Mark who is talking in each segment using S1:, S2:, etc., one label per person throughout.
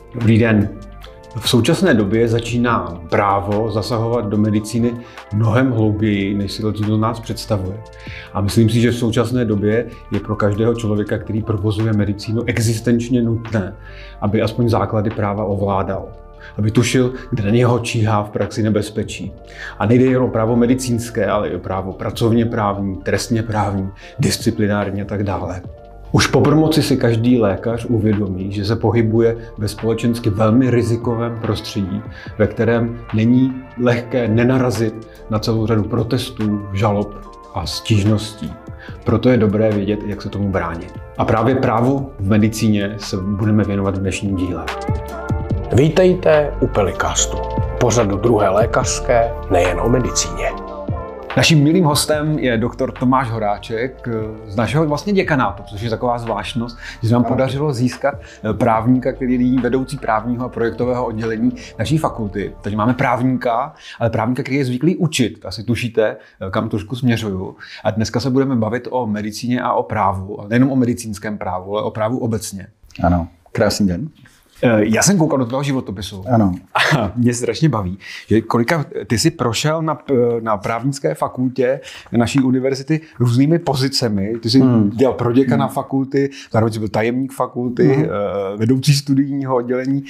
S1: Dobrý den. V současné době začíná právo zasahovat do medicíny mnohem hlouběji, než si to nás představuje. A myslím si, že v současné době je pro každého člověka, který provozuje medicínu, existenčně nutné, aby aspoň základy práva ovládal. Aby tušil, kde na něho číhá v praxi nebezpečí. A nejde jen o právo medicínské, ale i o právo pracovně právní, trestně právní, disciplinární a tak dále. Už po promoci si každý lékař uvědomí, že se pohybuje ve společensky velmi rizikovém prostředí, ve kterém není lehké nenarazit na celou řadu protestů, žalob a stížností. Proto je dobré vědět, jak se tomu bránit. A právě právu v medicíně se budeme věnovat v dnešním díle.
S2: Vítejte u Pelicastu, pořadu druhé lékařské, nejen o medicíně.
S1: Naším milým hostem je doktor Tomáš Horáček z našeho vlastně děkanátu, což je taková zvláštnost, že se nám podařilo získat právníka, který je vedoucí právního a projektového oddělení naší fakulty. Takže máme právníka, ale právníka, který je zvyklý učit. Asi tušíte, kam trošku směřuju. A dneska se budeme bavit o medicíně a o právu, ale nejenom o medicínském právu, ale o právu obecně.
S3: Ano, krásný den.
S1: Já jsem koukal do tvého životopisu.
S3: Ano.
S1: A mě strašně baví, že ty jsi prošel na právnické fakultě naší univerzity různými pozicemi. Ty jsi dělal proděkana fakulty, zároveň jsi byl tajemník fakulty, vedoucí studijního oddělení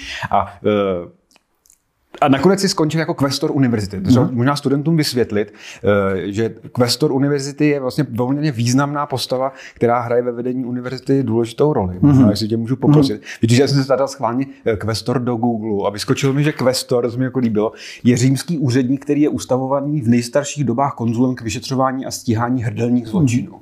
S1: a nakonec si skončil jako kvestor univerzity. Takže možná studentům vysvětlit, že kvestor univerzity je vlastně velmi významná postava, která hraje ve vedení univerzity důležitou roli. Možná, jestli tě můžu poprosit. Víš, že jsem se zadal schválně kvestor do Google a vyskočilo mi, že kvestor, to mi jako líbilo, je římský úředník, který je ustavovaný v nejstarších dobách konzulem k vyšetřování a stíhání hrdelních zločinů.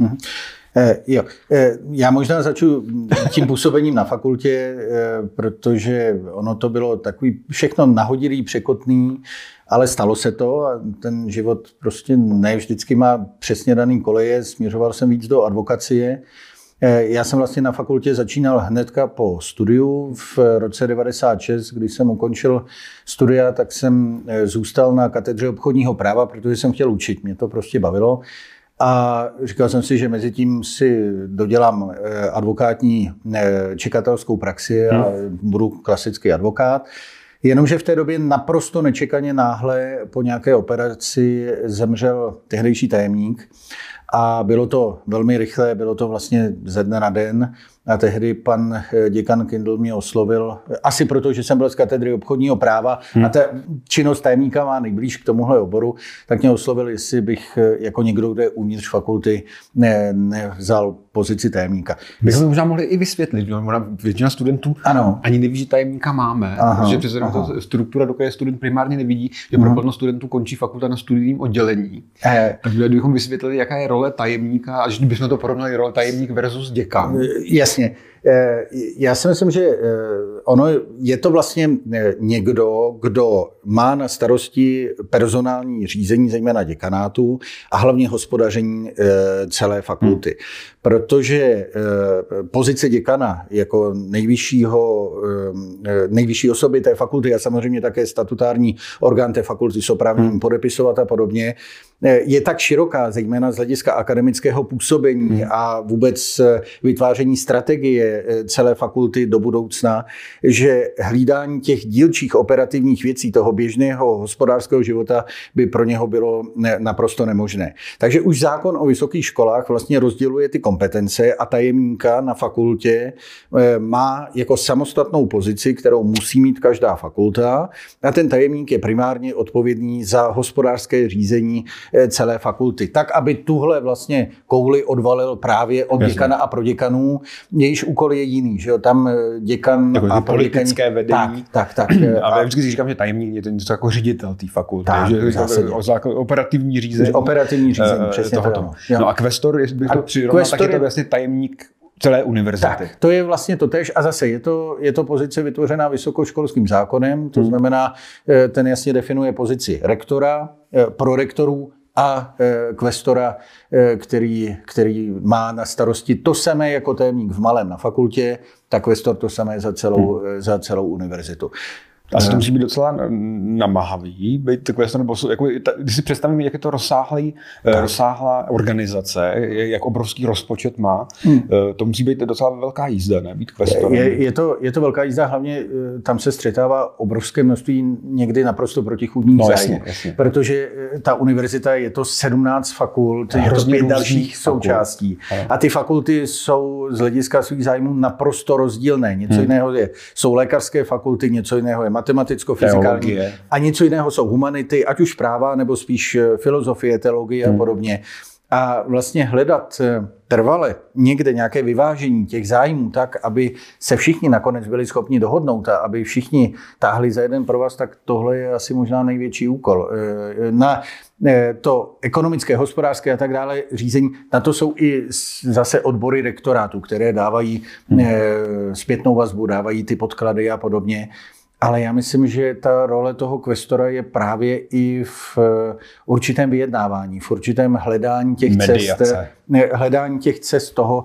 S3: Já možná začnu tím působením na fakultě, protože ono to bylo takový všechno nahodilý, překotný, ale stalo se to a ten život prostě ne vždycky má přesně daný koleje. Směřoval jsem víc do advokacie. Já jsem vlastně na fakultě začínal hnedka po studiu. V roce 96, když jsem ukončil studia, tak jsem zůstal na katedře obchodního práva, protože jsem chtěl učit. Mě to prostě bavilo. A říkal jsem si, že mezi tím si dodělám advokátní čekatelskou praxi a budu klasický advokát. Jenomže v té době naprosto nečekaně náhle po nějaké operaci zemřel tehdejší tajemník. A bylo to velmi rychlé, bylo to vlastně ze dne na den. A tehdy pan děkan Kindl mě oslovil, asi proto, že jsem byl z katedry obchodního práva a ta činnost tajemníka má nejblíž k tomuhle oboru, tak mě oslovil, jestli bych jako někdo, kdo je uvnitř fakulty, nevzal pozici tajemníka.
S1: Bychom možná mohli i vysvětlit, že většina studentů ani neví, že tajemníka máme, protože přece to struktura, dokud student primárně nevidí, že pro plno studentů končí fakulta na studijním oddělení. Takže kdybychom vysvětlili, jaká je role tajemníka, a že bychom to porovnali role tajemník versus děkan.
S3: Jasně. Já si myslím, že ono je to vlastně někdo, kdo má na starosti personální řízení, zejména děkanátu a hlavně hospodaření celé fakulty. Protože pozice děkana jako nejvyšší osoby té fakulty a samozřejmě také statutární orgán té fakulty s oprávněním podepisovat a podobně, je tak široká, zejména z hlediska akademického působení a vůbec vytváření strategie celé fakulty do budoucna, že hlídání těch dílčích operativních věcí toho běžného hospodářského života by pro něho bylo naprosto nemožné. Takže už zákon o vysokých školách vlastně rozděluje ty kompetence a tajemníka na fakultě má jako samostatnou pozici, kterou musí mít každá fakulta, a ten tajemník je primárně odpovědný za hospodářské řízení celé fakulty. Tak, aby tuhle vlastně kouli odvalil právě od děkana a proděkanů, jejíž úkol je jiný, že jo, tam děkan
S1: jako
S3: a
S1: politické vedení.
S3: Tak.
S1: A já vždycky říkám, že tajemník je to něco jako ředitel té fakulty, že operativní řízení.
S3: Operativní řízení, přesně to.
S1: No a kvestor, bych to přirovnal, tak je to vlastně tajemník celé univerzity.
S3: Tak, to je vlastně totéž a zase je to pozice vytvořená vysokoškolským zákonem, to znamená, ten jasně definuje pozici rektora, prorektorů a kvestora, který má na starosti to samé jako tajemník v malém na fakultě, tak kvestor to samé za celou univerzitu.
S1: Asi to musí být docela namáhavý, být takové, nebo jako, když si představím, jak je to rozsáhlá organizace, jak obrovský rozpočet má, to musí být docela velká jízda, ne? Být kvestorem.
S3: Je to velká jízda, hlavně tam se střetává obrovské množství někdy naprosto protichůdných zájmů. Jasně. Protože ta univerzita je to 17 fakult, je to 5 dalších součástí. A ty fakulty jsou z hlediska svých zájmů naprosto rozdílné. Něco jiného jsou lékařské fakulty, něco jiného je matematicko-fyzikální a něco jiného jsou humanity, ať už práva, nebo spíš filozofie, teologie a podobně. A vlastně hledat trvale někde nějaké vyvážení těch zájmů tak, aby se všichni nakonec byli schopni dohodnout a aby všichni táhli za jeden provaz, tak tohle je asi možná největší úkol. Na to ekonomické, hospodářské a tak dále řízení, na to jsou i zase odbory rektorátu, které dávají zpětnou vazbu, dávají ty podklady a podobně. Ale já myslím, že ta role toho kvestora je právě i v určitém vyjednávání, v určitém hledání těch cest toho,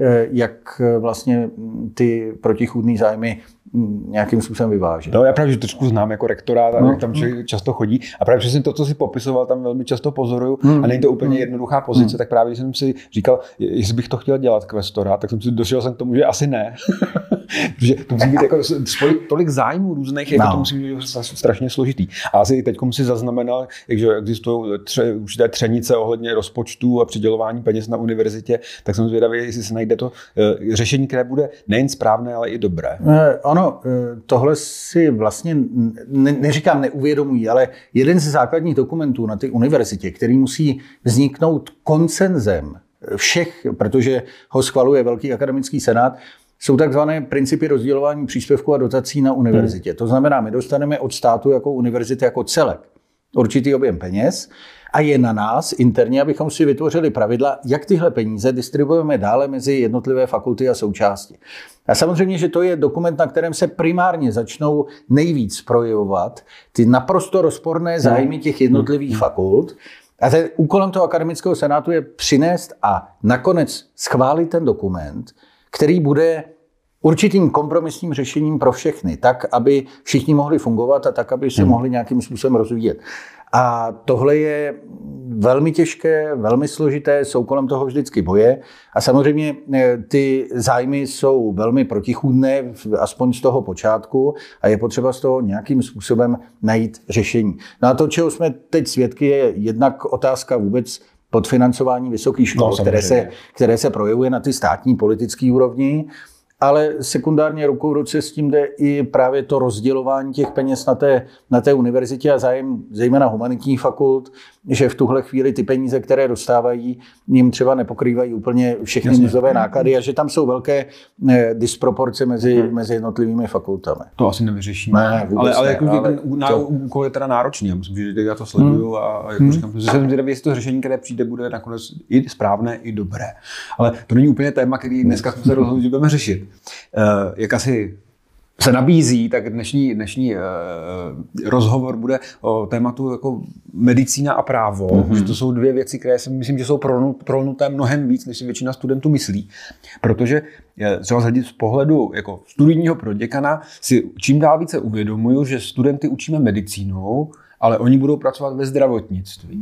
S3: jak vlastně ty protichůdné zájmy nějakým způsobem vyvážit.
S1: No, já právě trošku znám jako rektorát a tam člověk často chodí a právě přesně to, co si popisoval, tam velmi často pozoruju a není to úplně jednoduchá pozice, tak právě jsem si říkal, jestli bych to chtěl dělat kvestora, tak došel jsem k tomu, že asi ne. Protože to musí být jako spojit tolik zájmů různých, jako to musí být strašně složitý. A asi teď si zaznamenal, že existují určité třenice ohledně rozpočtu a přidělování peněz na univerzitě, tak jsem zvědavý, jestli se najde to řešení, které bude nejen správné, ale i dobré.
S3: Ono, tohle si vlastně neříkám neuvědomují, ale jeden ze základních dokumentů na té univerzitě, který musí vzniknout konsenzem všech, protože ho schvaluje Velký akademický senát, jsou takzvané principy rozdělování příspěvků a dotací na univerzitě. To znamená, my dostaneme od státu jako univerzity jako celek určitý objem peněz a je na nás interně, abychom si vytvořili pravidla, jak tyhle peníze distribuujeme dále mezi jednotlivé fakulty a součásti. A samozřejmě, že to je dokument, na kterém se primárně začnou nejvíc projevovat ty naprosto rozporné zájmy těch jednotlivých fakult. A úkolem toho akademického senátu je přinést a nakonec schválit ten dokument, který bude určitým kompromisním řešením pro všechny, tak, aby všichni mohli fungovat a tak, aby se mohli nějakým způsobem rozvíjet. A tohle je velmi těžké, velmi složité, jsou kolem toho vždycky boje a samozřejmě ty zájmy jsou velmi protichůdné, aspoň z toho počátku a je potřeba z toho nějakým způsobem najít řešení. No a to, čeho jsme teď svědky, je jednak otázka vůbec podfinancování vysokých škol, které se projevuje na ty státní politické úrovni, ale sekundárně ruku v ruce s tím jde i právě to rozdělování těch peněz na té univerzitě a zájem zejména humanitních fakult, že v tuhle chvíli ty peníze, které dostávají, jim třeba nepokrývají úplně všechny mzdové náklady a že tam jsou velké disproporce mezi jednotlivými fakultami.
S1: To asi nevyřešíme.
S3: Ne,
S1: ale úkol je teda náročný. Já myslím, že já to sleduju a jako říkám, že jsem zvědavý, jestli to řešení, které přijde, bude nakonec i správné, i dobré. Ale to není úplně téma, který dneska jsme se rozhodli, že budeme řešit. Jak asi se nabízí, tak dnešní rozhovor bude o tématu jako medicína a právo. Že to jsou dvě věci, které si myslím, že jsou prolnuté mnohem víc, než si většina studentů myslí. Protože třeba z pohledu jako studijního proděkana si čím dál více uvědomuju, že studenty učíme medicínou, ale oni budou pracovat ve zdravotnictví.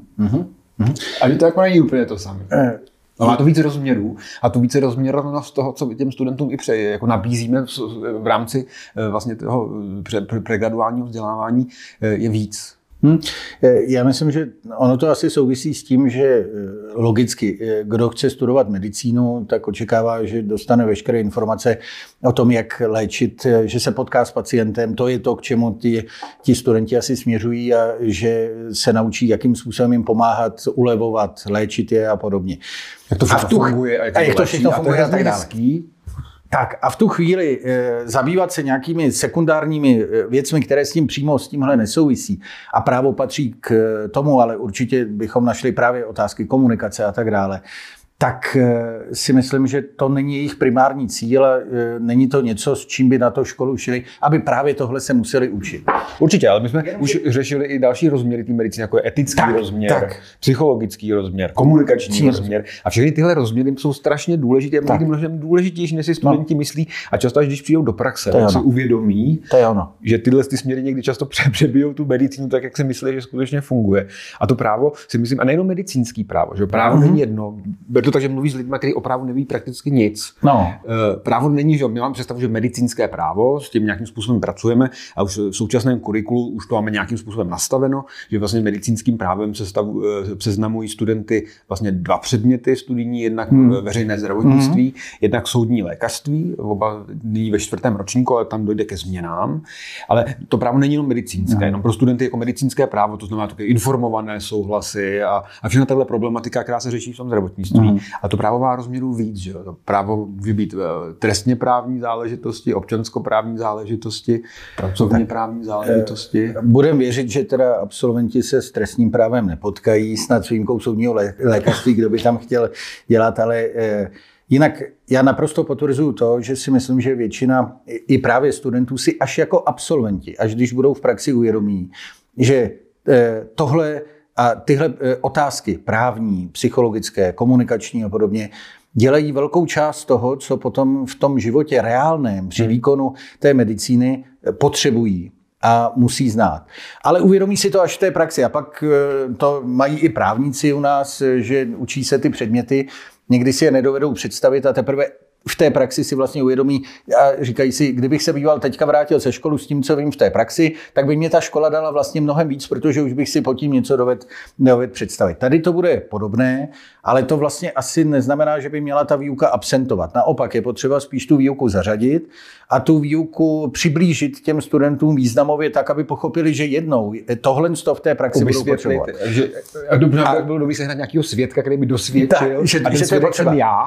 S1: A že to jako není úplně to samé. Má to více rozměrů a tu více rozměrnost toho, co těm studentům i jako nabízíme v rámci vlastně toho pregraduálního vzdělávání, je víc.
S3: Já myslím, že ono to asi souvisí s tím, že logicky, kdo chce studovat medicínu, tak očekává, že dostane veškeré informace o tom, jak léčit, že se potká s pacientem. To je to, k čemu ti studenti asi směřují a že se naučí, jakým způsobem jim pomáhat, ulevovat, léčit je a podobně.
S1: Jak to všechno funguje a jak to všechno funguje a tak dále.
S3: Tak a v tu chvíli zabývat se nějakými sekundárními věcmi, které s tím přímo s tímhle nesouvisí a právo patří k tomu, ale určitě bychom našli právě otázky komunikace a tak dále, tak si myslím, že to není jejich primární cíl a není to něco, s čím by na to školu šli, aby právě tohle se museli učit.
S1: Určitě, ale my jsme už řešili i další rozměry té medicíny, jako je etický rozměr, psychologický rozměr, komunikační rozměr. A všechny tyhle rozměry jsou strašně důležité, mnohem důležitější, než si studenti myslí. A často, až když přijdou do praxe, tak si uvědomí, že tyhle směry někdy často přebijou tu medicínu tak, jak si myslí, že skutečně funguje. A to právo si myslím, a nejenom medicínský právo, že právo není jedno. Takže mluví s lidmi, kteří o právu neví prakticky nic. Právo není, že my máme představu, že medicínské právo, s tím nějakým způsobem pracujeme a už v současném kurikulu už to máme nějakým způsobem nastaveno, že vlastně medicínským právem seznamují studenty vlastně 2 předměty studijní, jednak veřejné zdravotnictví, jednak soudní lékařství, oba nyní ve 4. ročníku, ale tam dojde ke změnám. Ale to právo není jenom medicínské, jenom pro studenty jako medicínské právo, to znamená také informované souhlasy a všechna tahle problematika, která se řeší v tom zdravotnictví. A to právo má rozměru víc, že jo? To právo může být trestně právní záležitosti, občanskoprávní záležitosti, pracovně právní záležitosti.
S3: Budem věřit, že teda absolventi se s trestním právem nepotkají, snad s výjimkou soudního lékařství, kdo by tam chtěl dělat, ale jinak já naprosto potvrzuju to, že si myslím, že většina i právě studentů si až jako absolventi, až když budou v praxi uvědomí, že tohle a tyhle otázky právní, psychologické, komunikační a podobně dělají velkou část toho, co potom v tom životě reálném při výkonu té medicíny potřebují a musí znát. Ale uvědomí si to až v té praxi a pak to mají i právníci u nás, že učí se ty předměty, někdy si je nedovedou představit a teprve v té praxi si vlastně uvědomí a říkají si, kdybych se býval teďka vrátil ze školu s tím, co vím v té praxi, tak by mě ta škola dala vlastně mnohem víc, protože už bych si pod tím něco dovedl představit. Tady to bude podobné, ale to vlastně asi neznamená, že by měla ta výuka absentovat. Naopak je potřeba spíš tu výuku zařadit a tu výuku přiblížit těm studentům významově tak, aby pochopili, že jednou tohle v té praxi budou potřebovat.
S1: Dobře, bylo dobrý sehnat nějakého svědka, který by dosvědčil,
S3: že to je potřeba.
S1: Já.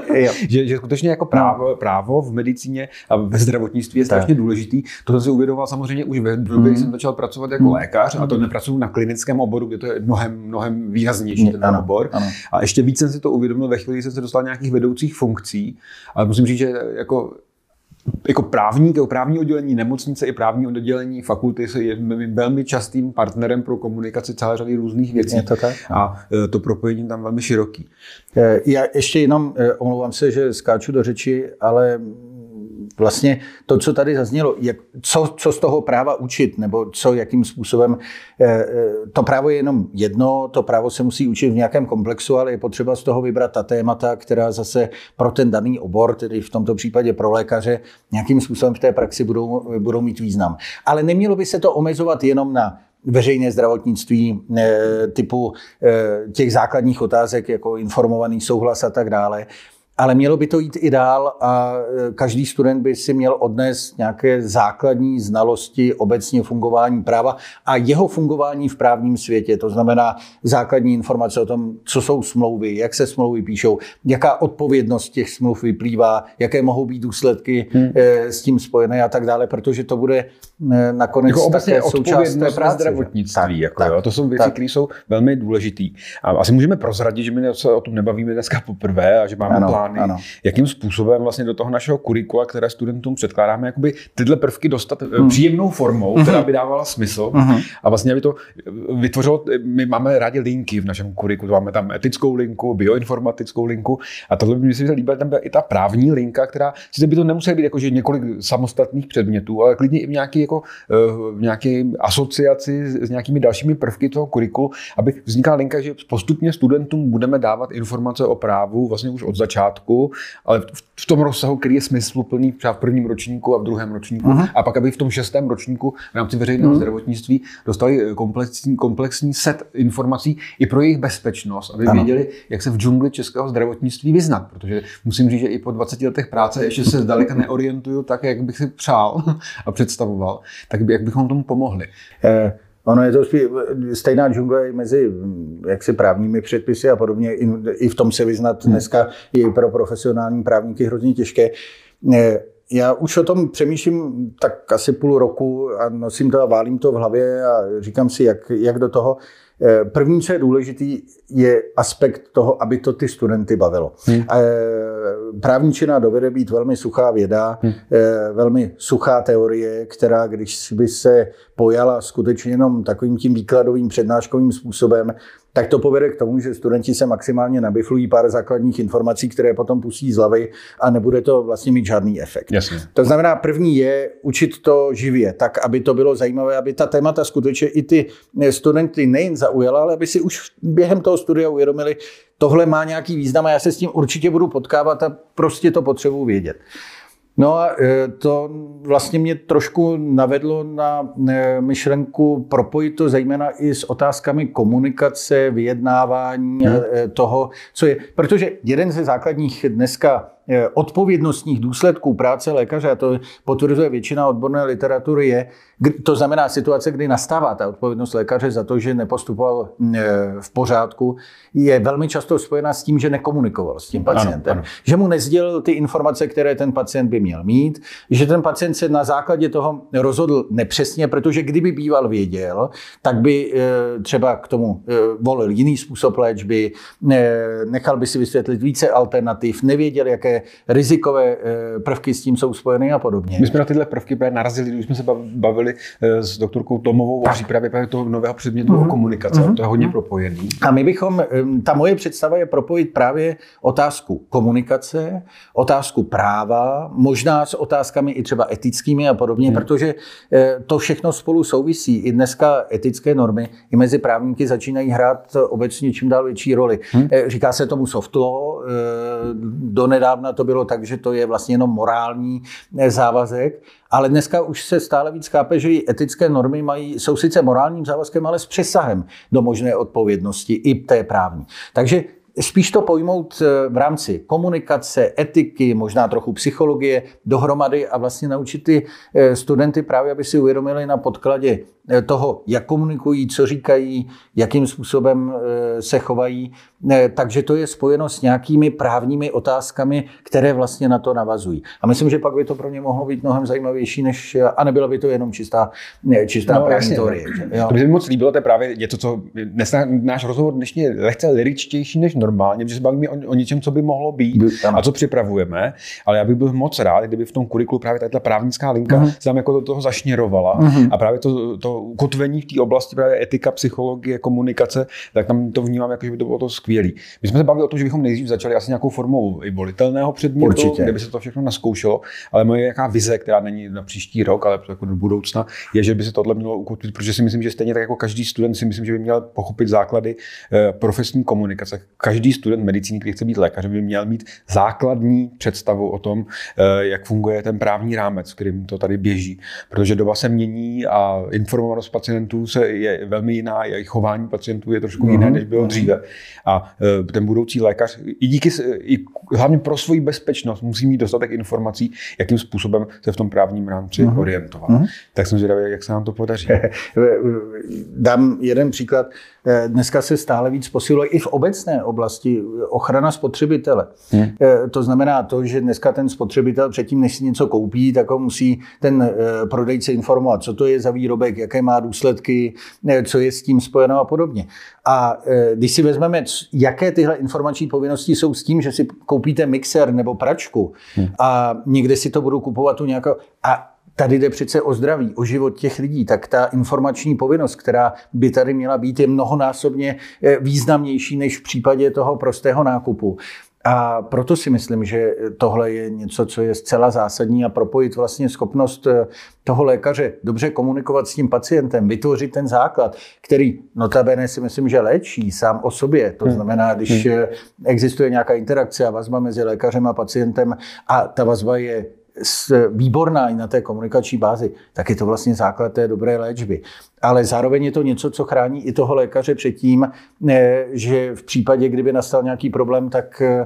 S1: že skutečně jako právo v medicíně a ve zdravotnictví je strašně důležitý. To jsem si uvědomoval samozřejmě už ve době, kdy jsem začal pracovat jako lékař a to nepracuju na klinickém oboru, kde to je mnohem výraznější ten obor. Ano. A ještě víc jsem si to uvědomil ve chvíli, kdy jsem se dostal nějakých vedoucích funkcí. Ale musím říct, že jako právník, jako právní oddělení nemocnice i právní oddělení fakulty je velmi častým partnerem pro komunikaci celé řady různých věcí.
S3: Je to tak?
S1: A to propojení tam velmi široký.
S3: Já ještě jenom, omlouvám se, že skáču do řeči, ale vlastně to, co tady zaznělo, co z toho práva učit, nebo jakým způsobem, to právo je jenom jedno, to právo se musí učit v nějakém komplexu, ale je potřeba z toho vybrat ta témata, která zase pro ten daný obor, tedy v tomto případě pro lékaře, nějakým způsobem v té praxi budou mít význam. Ale nemělo by se to omezovat jenom na veřejné zdravotnictví typu těch základních otázek, jako informovaný souhlas a tak dále. Ale mělo by to jít i dál a každý student by si měl odnést nějaké základní znalosti obecně fungování práva a jeho fungování v právním světě. To znamená základní informace o tom, co jsou smlouvy, jak se smlouvy píšou, jaká odpovědnost těch smluv vyplývá, jaké mohou být důsledky s tím spojené a tak dále, protože to bude nakonec
S1: jako
S3: také součást té práce.
S1: Zdravotnictví. To jsou věci, které jsou velmi důležité. A asi můžeme prozradit, že my se o tom nebavíme dneska poprvé a že máme plán. Ano. Jakým způsobem vlastně do toho našeho kurikula, které studentům předkládáme, jakoby tyhle prvky dostat příjemnou formou, která by dávala smysl. A vlastně aby to vytvořilo, my máme rádi linky v našem kurikulu, máme tam etickou linku, bioinformatickou linku a tohle by mi se líbila tam i ta právní linka, která sice by to nemuselo být jako, že několik samostatných předmětů, ale klidně i v nějaké asociaci s nějakými dalšími prvky toho kurikulu, aby vznikla linka, že postupně studentům budeme dávat informace o právu vlastně už od začátku, ale v tom rozsahu, který je smysluplný třeba v prvním ročníku a v druhém ročníku. A pak, aby v tom 6. ročníku v rámci veřejného zdravotnictví dostali komplexní set informací i pro jejich bezpečnost, aby věděli, jak se v džungli českého zdravotnictví vyznat. Protože musím říct, že i po 20 letech práce ještě se zdaleka neorientuju tak, jak bych si přál a představoval, tak jak bychom tomu pomohli.
S3: Ono je to stejná džungle mezi jaksi právními předpisy a podobně. I v tom se vyznat dneska je pro profesionální právníky hrozně těžké. Já už o tom přemýšlím tak asi půl roku a nosím to a válím to v hlavě a říkám si, jak do toho. První, co je důležitý, je aspekt toho, aby to ty studenty bavilo. Právničina dovede být velmi suchá věda, velmi suchá teorie, která, když by se pojala skutečně jenom takovým tím výkladovým přednáškovým způsobem, tak to povede k tomu, že studenti se maximálně nabiflují pár základních informací, které potom pustí z hlavy a nebude to vlastně mít žádný efekt.
S1: Jasně.
S3: To znamená, první je učit to živě, tak, aby to bylo zajímavé, aby ta témata skutečně i ty studenty nejen zaujala, ale aby si už během toho studia uvědomili, tohle má nějaký význam a já se s tím určitě budu potkávat a prostě to potřebuji vědět. No a to vlastně mě trošku navedlo na myšlenku propojit to zejména i s otázkami komunikace, vyjednávání toho, co je. Protože jeden ze základních dneska odpovědnostních důsledků práce lékaře, a to potvrzuje většina odborné literatury, je, to znamená situace, kdy nastává ta odpovědnost lékaře za to, že nepostupoval v pořádku, je velmi často spojena s tím, že nekomunikoval s tím pacientem. Ano. Že mu nesdělil ty informace, které ten pacient by měl mít, že ten pacient se na základě toho rozhodl nepřesně, protože kdyby býval věděl, tak by třeba k tomu volil jiný způsob léčby, nechal by si vysvětlit více alternativ, nevěděl, jaké rizikové prvky s tím jsou spojeny a podobně.
S1: My jsme na tyhle prvky právě narazili, když jsme se bavili s doktorkou Tomovou o přípravě toho nového předmětu o komunikaci. To je hodně propojený.
S3: A my bychom, ta moje představa je propojit právě otázku komunikace, otázku práva, možná s otázkami i třeba etickými a podobně, protože to všechno spolu souvisí. I dneska etické normy i mezi právníky začínají hrát obecně čím dál větší roli. Říká se tomu soft law, donedávna to bylo tak, že to je vlastně jenom morální závazek, ale dneska už se stále víc chápe, že i etické normy jsou sice morálním závazkem, ale s přesahem do možné odpovědnosti i té právní. Takže spíš to pojmout v rámci komunikace, etiky, možná trochu psychologie dohromady a vlastně naučit ty studenty právě, aby si uvědomili na podkladě toho, jak komunikují, co říkají, jakým způsobem se chovají. Takže to je spojeno s nějakými právními otázkami, které vlastně na to navazují. A myslím, že pak by to pro ně mohlo být mnohem zajímavější, a nebylo by to jenom čistá právní teorie.
S1: To by se mi moc líbilo, to je právě něco, co náš rozhovor dnešní je lehce lyričtější než normálně, protože se bavíme o něčem, co by mohlo být a co připravujeme, ale já bych byl moc rád, kdyby v tom kurikulu právě ta právnická linka se tam jako do toho zašněrovala a právě to ukotvení v té oblasti právě etika, psychologie, komunikace, tak tam to vnímám jako, že by to bylo to skvělý. My jsme se bavili o tom, že bychom nejdřív začali asi nějakou formou i volitelného předmětu, kde by se to všechno naskoušelo, ale moje jaká vize, která není na příští rok, ale jako do budoucna, je, že by se tohle mělo ukotvit, protože si myslím, že stejně tak jako každý student si myslím, že by měl pochopit základy profesní komunikace. Každý student medicíny, který chce být lékařem, by měl mít základní představu o tom, jak funguje ten právní rámec, v kterým to tady běží, protože doba se mění a informovanost pacientů je velmi jiná, i chování pacientů je trošku jiné, než bylo dříve. A ten budoucí lékař i hlavně pro svoji bezpečnost musí mít dostatek informací, jakým způsobem se v tom právním rámci orientovat. Tak jsem zvědavý, jak se nám to podaří.
S3: Dám jeden příklad. Dneska se stále víc posiluje i v obecné oblasti ochrana spotřebitele. To znamená to, že dneska ten spotřebitel předtím, než si něco koupí, tak ho musí ten prodejce informovat, co to je za výrobek, jaké má důsledky, co je s tím spojeno a podobně. A když si vezmeme, jaké tyhle informační povinnosti jsou s tím, že si koupíte mixer nebo pračku a někde si to budou kupovat tu nějakou... A tady jde přece o zdraví, o život těch lidí, tak ta informační povinnost, která by tady měla být, je mnohonásobně významnější než v případě toho prostého nákupu. A proto si myslím, že tohle je něco, co je zcela zásadní a propojit vlastně schopnost toho lékaře dobře komunikovat s tím pacientem, vytvořit ten základ, který notabene si myslím, že léčí sám o sobě. To znamená, když existuje nějaká interakce a vazba mezi lékařem a pacientem a ta vazba je výborná i na té komunikační bázi, tak je to vlastně základ té dobré léčby. Ale zároveň je to něco, co chrání i toho lékaře před tím, že v případě, kdyby nastal nějaký problém, tak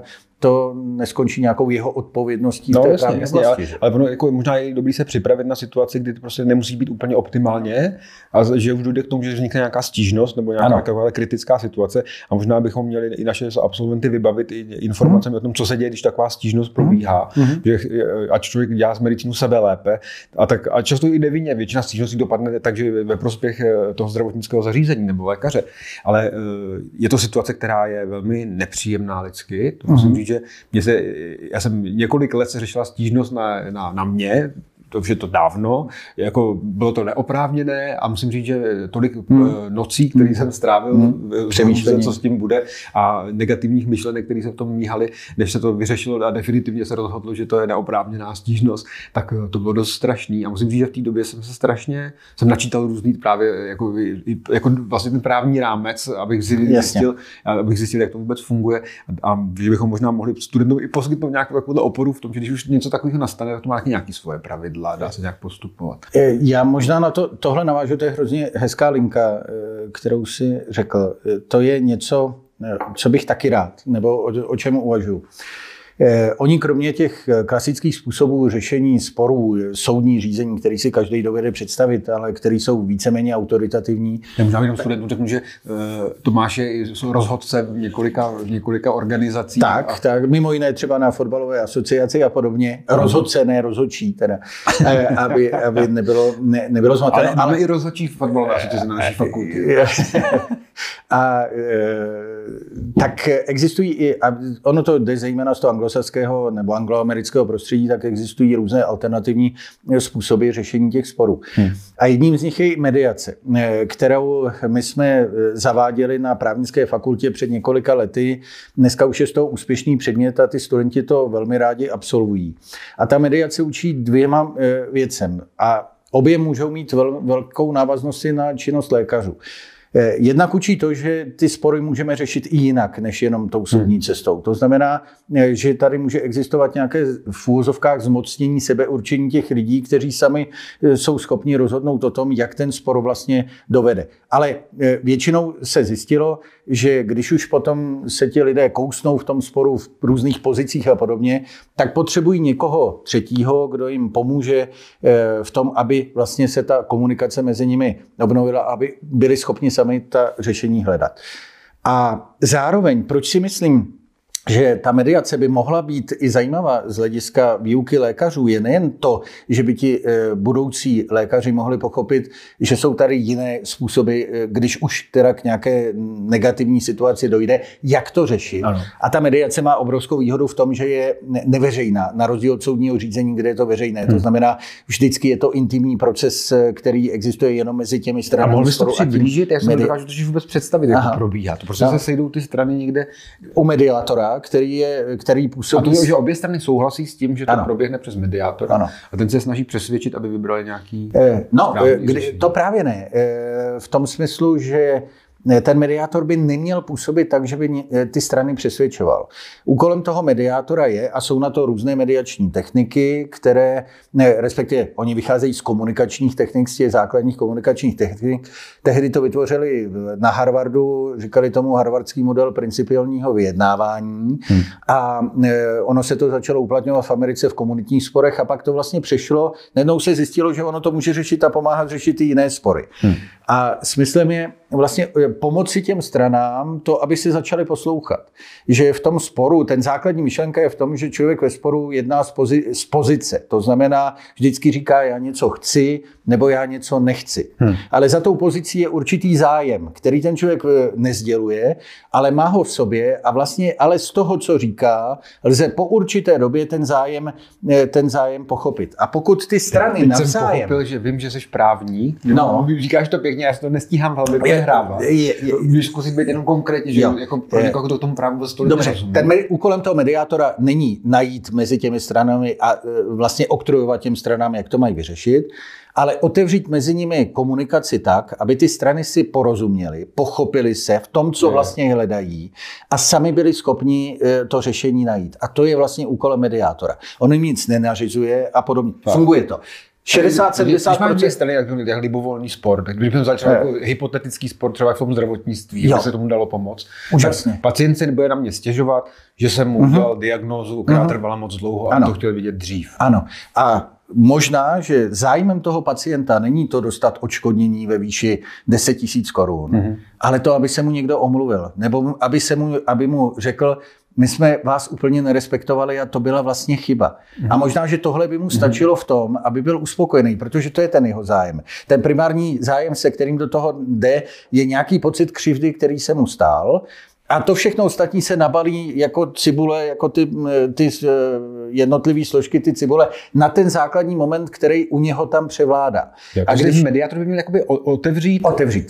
S3: to neskončí nějakou jeho odpovědností v té právní oblasti.
S1: Ale ono jako možná je dobrý se připravit na situaci, kdy to prostě nemusí být úplně optimálně a že už dojde k tomu, že vznikne nějaká stížnost nebo nějaká taková kritická situace a možná bychom měli i naše absolventy vybavit i informacemi o tom, co se děje, když taková stížnost probíhá, že ať člověk dělá z medicínu sebe lépe a často i nevinně, většina stížností dopadne takže ve prospěch toho zdravotnického zařízení nebo lékaře, ale je to situace, která je velmi nepříjemná lidsky. To musím říct, že já jsem několik let se řešila stížnost na mě, že to dávno, jako bylo to neoprávněné a musím říct, že tolik nocí, které jsem strávil, přemýšlení, co s tím bude a negativních myšlenek, které se v tom míhaly, než se to vyřešilo a definitivně se rozhodlo, že to je neoprávněná stížnost, tak to bylo dost strašný a musím říct, že v té době jsem načítal různý právě jako vlastně ten právní rámec, abych zjistil, jak to vůbec funguje a že bychom možná mohli studentům i poskytnout nějakou oporu v tom, že když už něco takového nastane, tak to má nějaké svoje pravidla. Dá se nějak postupovat. Já
S3: možná na tohle navážu, to je hrozně hezká linka, kterou si řekl. To je něco, co bych taky rád, nebo o čem uvažuji. Oni kromě těch klasických způsobů řešení sporů, soudní řízení, který si každý dovede představit, ale který jsou víceméně autoritativní.
S1: Já možná jenom studentům řeknu, že Tomáš je rozhodce v několika organizacích.
S3: Tak, mimo jiné třeba na fotbalové asociaci a podobně. Rozhodce, ne rozhodčí, teda, aby nebylo zmatené.
S1: Ale máme i rozhodčí fotbalové asociaci na naší fakultě.
S3: Tak existují i, a ono to jde zejména z toho anglosaského nebo angloamerického prostředí, tak existují různé alternativní způsoby řešení těch sporů. A jedním z nich je i mediace, kterou my jsme zaváděli na právnické fakultě před několika lety. Dneska už je z toho úspěšný předmět a ty studenti to velmi rádi absolvují. A ta mediace učí dvěma věcem a obě můžou mít velkou návaznost na činnost lékařů. Jednak učí to, že ty spory můžeme řešit i jinak, než jenom tou soudní cestou. To znamená, že tady může existovat nějaké v úvozovkách zmocnění sebeurčení těch lidí, kteří sami jsou schopni rozhodnout o tom, jak ten spor vlastně dovede. Ale většinou se zjistilo, že když už potom se ti lidé kousnou v tom sporu v různých pozicích a podobně, tak potřebují někoho třetího, kdo jim pomůže v tom, aby vlastně se ta komunikace mezi nimi obnovila, aby byli schopni sami ta řešení hledat. A zároveň, proč si myslím, že ta mediace by mohla být i zajímavá z hlediska výuky lékařů, je nejen to, že by ti budoucí lékaři mohli pochopit, že jsou tady jiné způsoby, když už teda k nějaké negativní situaci dojde, jak to řešit. Ano. A ta mediace má obrovskou výhodu v tom, že je neveřejná, na rozdíl od soudního řízení, kde je to veřejné. To znamená, vždycky je to intimní proces, který existuje jenom mezi těmi stranami.
S1: A mohli jste přiblížit, jak se dokážu to vůbec představit, jak to probíhá. To prostě se sejdou ty strany někde
S3: u mediátora, který působí...
S1: A to je, že obě strany souhlasí s tím, že to proběhne přes mediátora. Ano. A ten se snaží přesvědčit, aby vybrali nějaký...
S3: To právě ne. V tom smyslu, že ten mediátor by neměl působit tak, že by ty strany přesvědčoval. Úkolem toho mediátora je, a jsou na to různé mediační techniky, které, respektive oni vycházejí z komunikačních technik, z těch základních komunikačních technik. Tehdy to vytvořili na Harvardu, říkali tomu harvardský model principiálního vyjednávání. A ono se to začalo uplatňovat v Americe v komunitních sporech a pak to vlastně přešlo. Najednou se zjistilo, že ono to může řešit a pomáhat řešit i jiné spory. A smyslem je vlastně pomoci těm stranám to, aby si začali poslouchat. Že v tom sporu, ten základní myšlenka je v tom, že člověk ve sporu jedná z pozice. To znamená, vždycky říká, já něco chci, nebo já něco nechci. Ale za tou pozicí je určitý zájem, který ten člověk nesděluje, ale má ho v sobě a vlastně ale z toho, co říká, lze po určité době ten zájem pochopit. A pokud ty strany navzájem...
S1: jsem pochopil, že vím, že jsi právník. Říkáš to pěkně, já si to nestíhám velmi odehrávat. Můžeš zkusit být jenom konkrétně, že jako pro někoho, kdo tomu právu vůbec tolik nerozumí.
S3: Úkolem toho mediátora není najít mezi těmi stranami a vlastně oktrojovat těm stranám, jak to mají vyřešit, ale otevřít mezi nimi komunikaci tak, aby ty strany si porozuměly, pochopili se v tom, co vlastně hledají a sami byli schopni to řešení najít. A to je vlastně úkolem mediátora. On jim nic nenařizuje a podobně. Funguje to. 60-70%.
S1: Když máš strany jak libovolný sport, tak kdybychom začali jako hypotetický sport, třeba v tom zdravotnictví, aby se tomu dalo pomoct.
S3: Úžasně.
S1: Pacient si nebude na mě stěžovat, že jsem mu udělal diagnózu, která trvala moc dlouho a to chtěl vidět dřív.
S3: Ano. A možná, že zájmem toho pacienta není to dostat odškodnění ve výši 10 000 korun, ale to, aby se mu někdo omluvil, nebo aby mu řekl, my jsme vás úplně nerespektovali a to byla vlastně chyba. A možná, že tohle by mu stačilo v tom, aby byl uspokojený, protože to je ten jeho zájem. Ten primární zájem, se kterým do toho jde, je nějaký pocit křivdy, který se mu stál. A to všechno ostatní se nabalí jako cibule, jako ty jednotlivé složky, ty cibule, na ten základní moment, který u něho tam převládá.
S1: A když mediátor by měl jakoby otevřít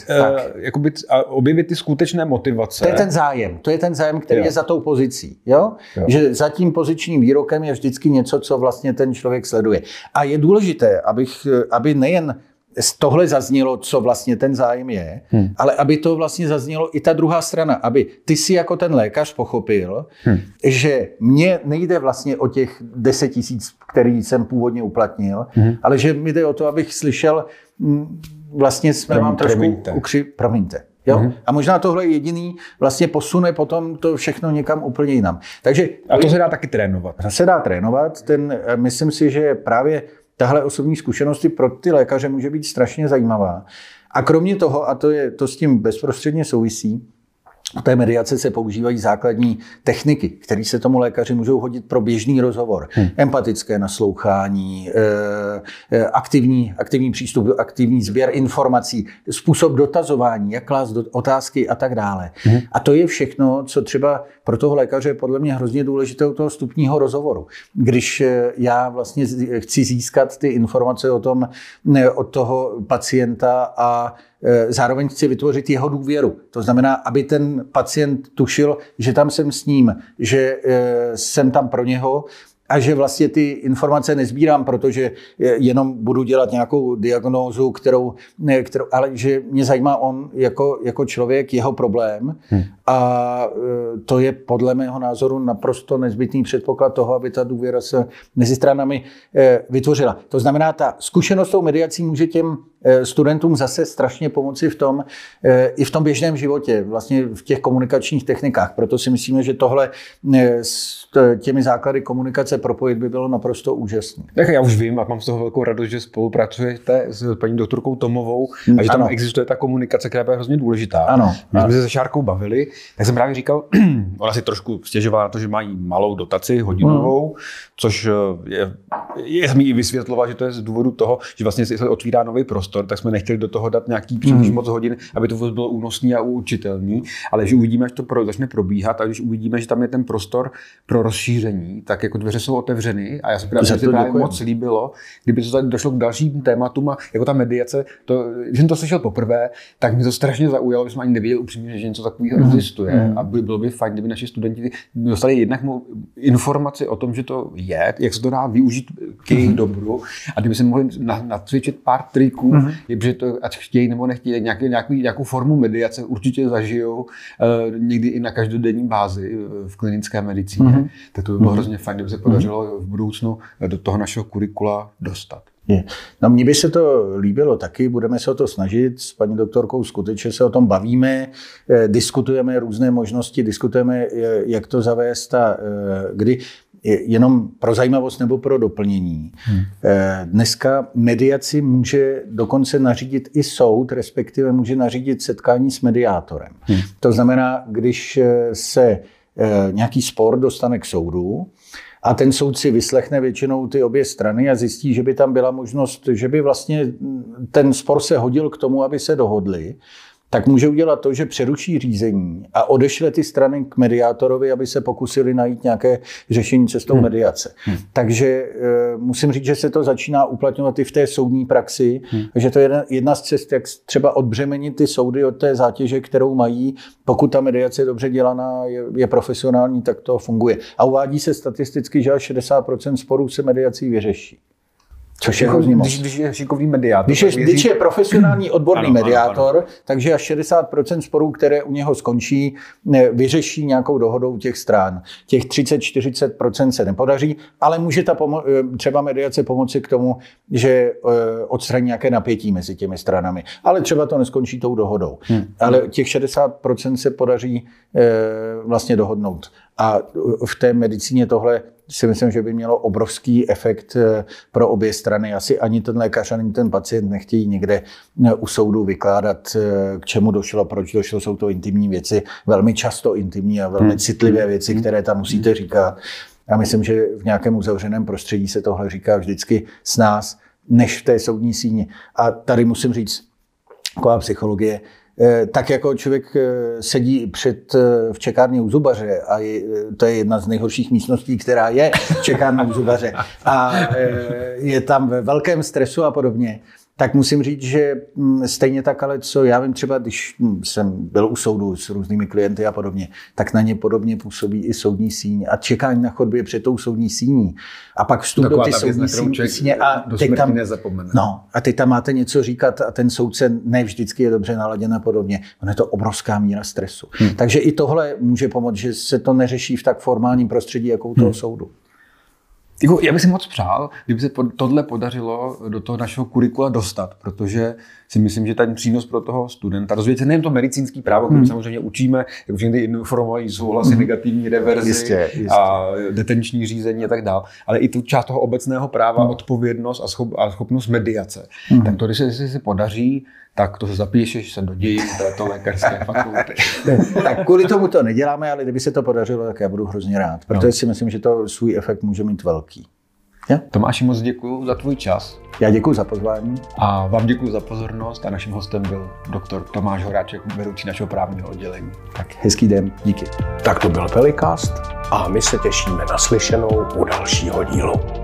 S1: a objevit ty skutečné motivace.
S3: To je ten zájem, který je za tou pozicí. Jo? Že za tím pozičním výrokem je vždycky něco, co vlastně ten člověk sleduje. A je důležité, aby nejen tohle zaznělo, co vlastně ten zájem je, ale aby to vlastně zaznělo i ta druhá strana, aby ty si jako ten lékař pochopil, že mně nejde vlastně o těch 10 000, který jsem původně uplatnil, ale že mi jde o to, abych slyšel, vlastně jsme vám trošku promiňte. Jo? A možná tohle jediný vlastně posune potom to všechno někam úplně jinam. Takže,
S1: a to se dá taky trénovat.
S3: To se dá trénovat. Myslím si, že právě tahle osobní zkušenosti pro ty lékaře může být strašně zajímavá. A kromě toho, a to s tím bezprostředně souvisí, v té mediace se používají základní techniky, které se tomu lékaři můžou hodit pro běžný rozhovor. Empatické naslouchání, aktivní přístup, aktivní sběr informací, způsob dotazování, jak klást otázky a tak dále. A to je všechno, co třeba pro toho lékaře je podle mě hrozně důležité u toho vstupního rozhovoru. Když já vlastně chci získat ty informace od toho pacienta a zároveň chci vytvořit jeho důvěru. To znamená, aby ten pacient tušil, že tam jsem s ním, že jsem tam pro něho a že vlastně ty informace nezbírám, protože jenom budu dělat nějakou diagnózu, ale že mě zajímá on jako člověk, jeho problém. A to je podle mého názoru naprosto nezbytný předpoklad toho, aby ta důvěra se mezi stranami vytvořila. To znamená, ta zkušenost s tou mediací může těm studentům zase strašně pomoci i v tom běžném životě, vlastně v těch komunikačních technikách. Proto si myslíme, že tohle s těmi základy komunikace propojit by bylo naprosto úžasné.
S1: Tak já už vím a mám z toho velkou radost, že spolupracujete s paní doktorkou Tomovou a že tam existuje ta komunikace, která je hrozně důležitá.
S3: Ano.
S1: My jsme se se Šárkou bavili, tak jsem právě říkal, ona si trošku stěžovala na to, že mají malou dotaci hodinovou, což je mi i vysvětlovat, že to je z důvodu toho, že vlastně se otvírá nový prostor, tak jsme nechtěli do toho dát nějaký příliš moc hodin, aby to bylo únosný a učitelný, ale že uvidíme, až to začne probíhat a když uvidíme, že tam je ten prostor pro rozšíření, tak jako dveře jsou otevřeny a já se právě moc líbilo, kdyby to tady došlo k dalším tématům a jako ta mediace, když jsem to slyšel poprvé, tak mě to strašně zaujalo, že jsme ani nevěděli upřímně, že něco takového existuje a bylo by fajn, kdyby naši studenti dostali jednak informaci o tom, že to je, jak se to dá využít k jejich dobru a kdyby se mohli nacvičit pár triků, že to ať chtějí nebo nechtějí, nějakou formu mediace určitě zažijou někdy i na každodenní bázi v klinické medicíně. Tak to by bylo hrozně fajn, kdyby se podařilo v budoucnu do toho našeho kurikula dostat.
S3: No mně by se to líbilo taky, budeme se o to snažit, s paní doktorkou skutečně se o tom bavíme, diskutujeme různé možnosti, diskutujeme, jak to zavést a kdy. Jenom pro zajímavost nebo pro doplnění. Dneska mediaci může dokonce nařídit i soud, respektive může nařídit setkání s mediátorem. To znamená, když se nějaký spor dostane k soudu a ten soud si vyslechne většinou ty obě strany a zjistí, že by tam byla možnost, že by vlastně ten spor se hodil k tomu, aby se dohodli, tak může udělat to, že přeruší řízení a odešle ty strany k mediátorovi, aby se pokusili najít nějaké řešení cestou mediace. Takže musím říct, že se to začíná uplatňovat i v té soudní praxi, že to je jedna z cest, jak třeba odbřemenit ty soudy od té zátěže, kterou mají. Pokud ta mediace je dobře dělaná, je profesionální, tak to funguje. A uvádí se statisticky, že až 60% sporů se mediací vyřeší. Což je hrozně moc.
S1: Když je šikovný mediátor.
S3: Když je profesionální odborný mediátor,
S1: ano.
S3: takže až 60% sporů, které u něho skončí, vyřeší nějakou dohodou těch stran. Těch 30-40% se nepodaří, ale může třeba mediace pomoci k tomu, že odstraní nějaké napětí mezi těmi stranami. Ale třeba to neskončí tou dohodou. Ale těch 60% se podaří vlastně dohodnout. A v té medicíně tohle si myslím, že by mělo obrovský efekt pro obě strany. Asi ani ten lékař, ani ten pacient nechtějí někde u soudu vykládat, k čemu došlo, proč došlo. Jsou to intimní věci, velmi často intimní a velmi citlivé věci, které tam musíte říkat. Já myslím, že v nějakém uzavřeném prostředí se tohle říká vždycky s nás, než v té soudní síni. A tady musím říct, taková psychologie, tak jako člověk sedí v čekárně u zubaře a to je jedna z nejhorších místností, která je čekárna u zubaře a je tam ve velkém stresu a podobně, tak musím říct, že stejně tak, ale co já vím třeba, když jsem byl u soudu s různými klienty a podobně, tak na ně podobně působí i soudní síň a čekání na chodbě před tou soudní síní. A pak vstup do ty soudní síně a teď tam, a teď tam máte něco říkat a ten soudce ne vždycky je dobře naladěn a podobně. Ono je to obrovská míra stresu. Takže i tohle může pomoct, že se to neřeší v tak formálním prostředí, jako u toho soudu.
S1: Já bych si moc přál, kdyby se tohle podařilo do toho našeho kurikula dostat, protože si myslím, že ten přínos pro toho studenta, rozvíjet se nejen to medicínský právo, kterým samozřejmě učíme, jak všechny ty informované souhlasy, negativní reverzi
S3: jistě.
S1: A detenční řízení a tak dále, ale i tu část toho obecného práva, odpovědnost a schopnost mediace. Tak to, když se si podaří, tak to se zapíšeš se do dějin této lékařské fakulty.
S3: Tak kvůli tomu to neděláme, ale kdyby se to podařilo, tak já budu hrozně rád, protože si myslím, že to svůj efekt může mít velký. Ja?
S1: Tomáši, moc děkuji za tvůj čas.
S3: Já děkuji za pozvání.
S1: A vám děkuji za pozornost a naším hostem byl doktor Tomáš Horáček, vedoucí našeho právního oddělení.
S3: Tak hezký den, díky.
S2: Tak to byl Pelikast a my se těšíme na slyšenou u dalšího dílu.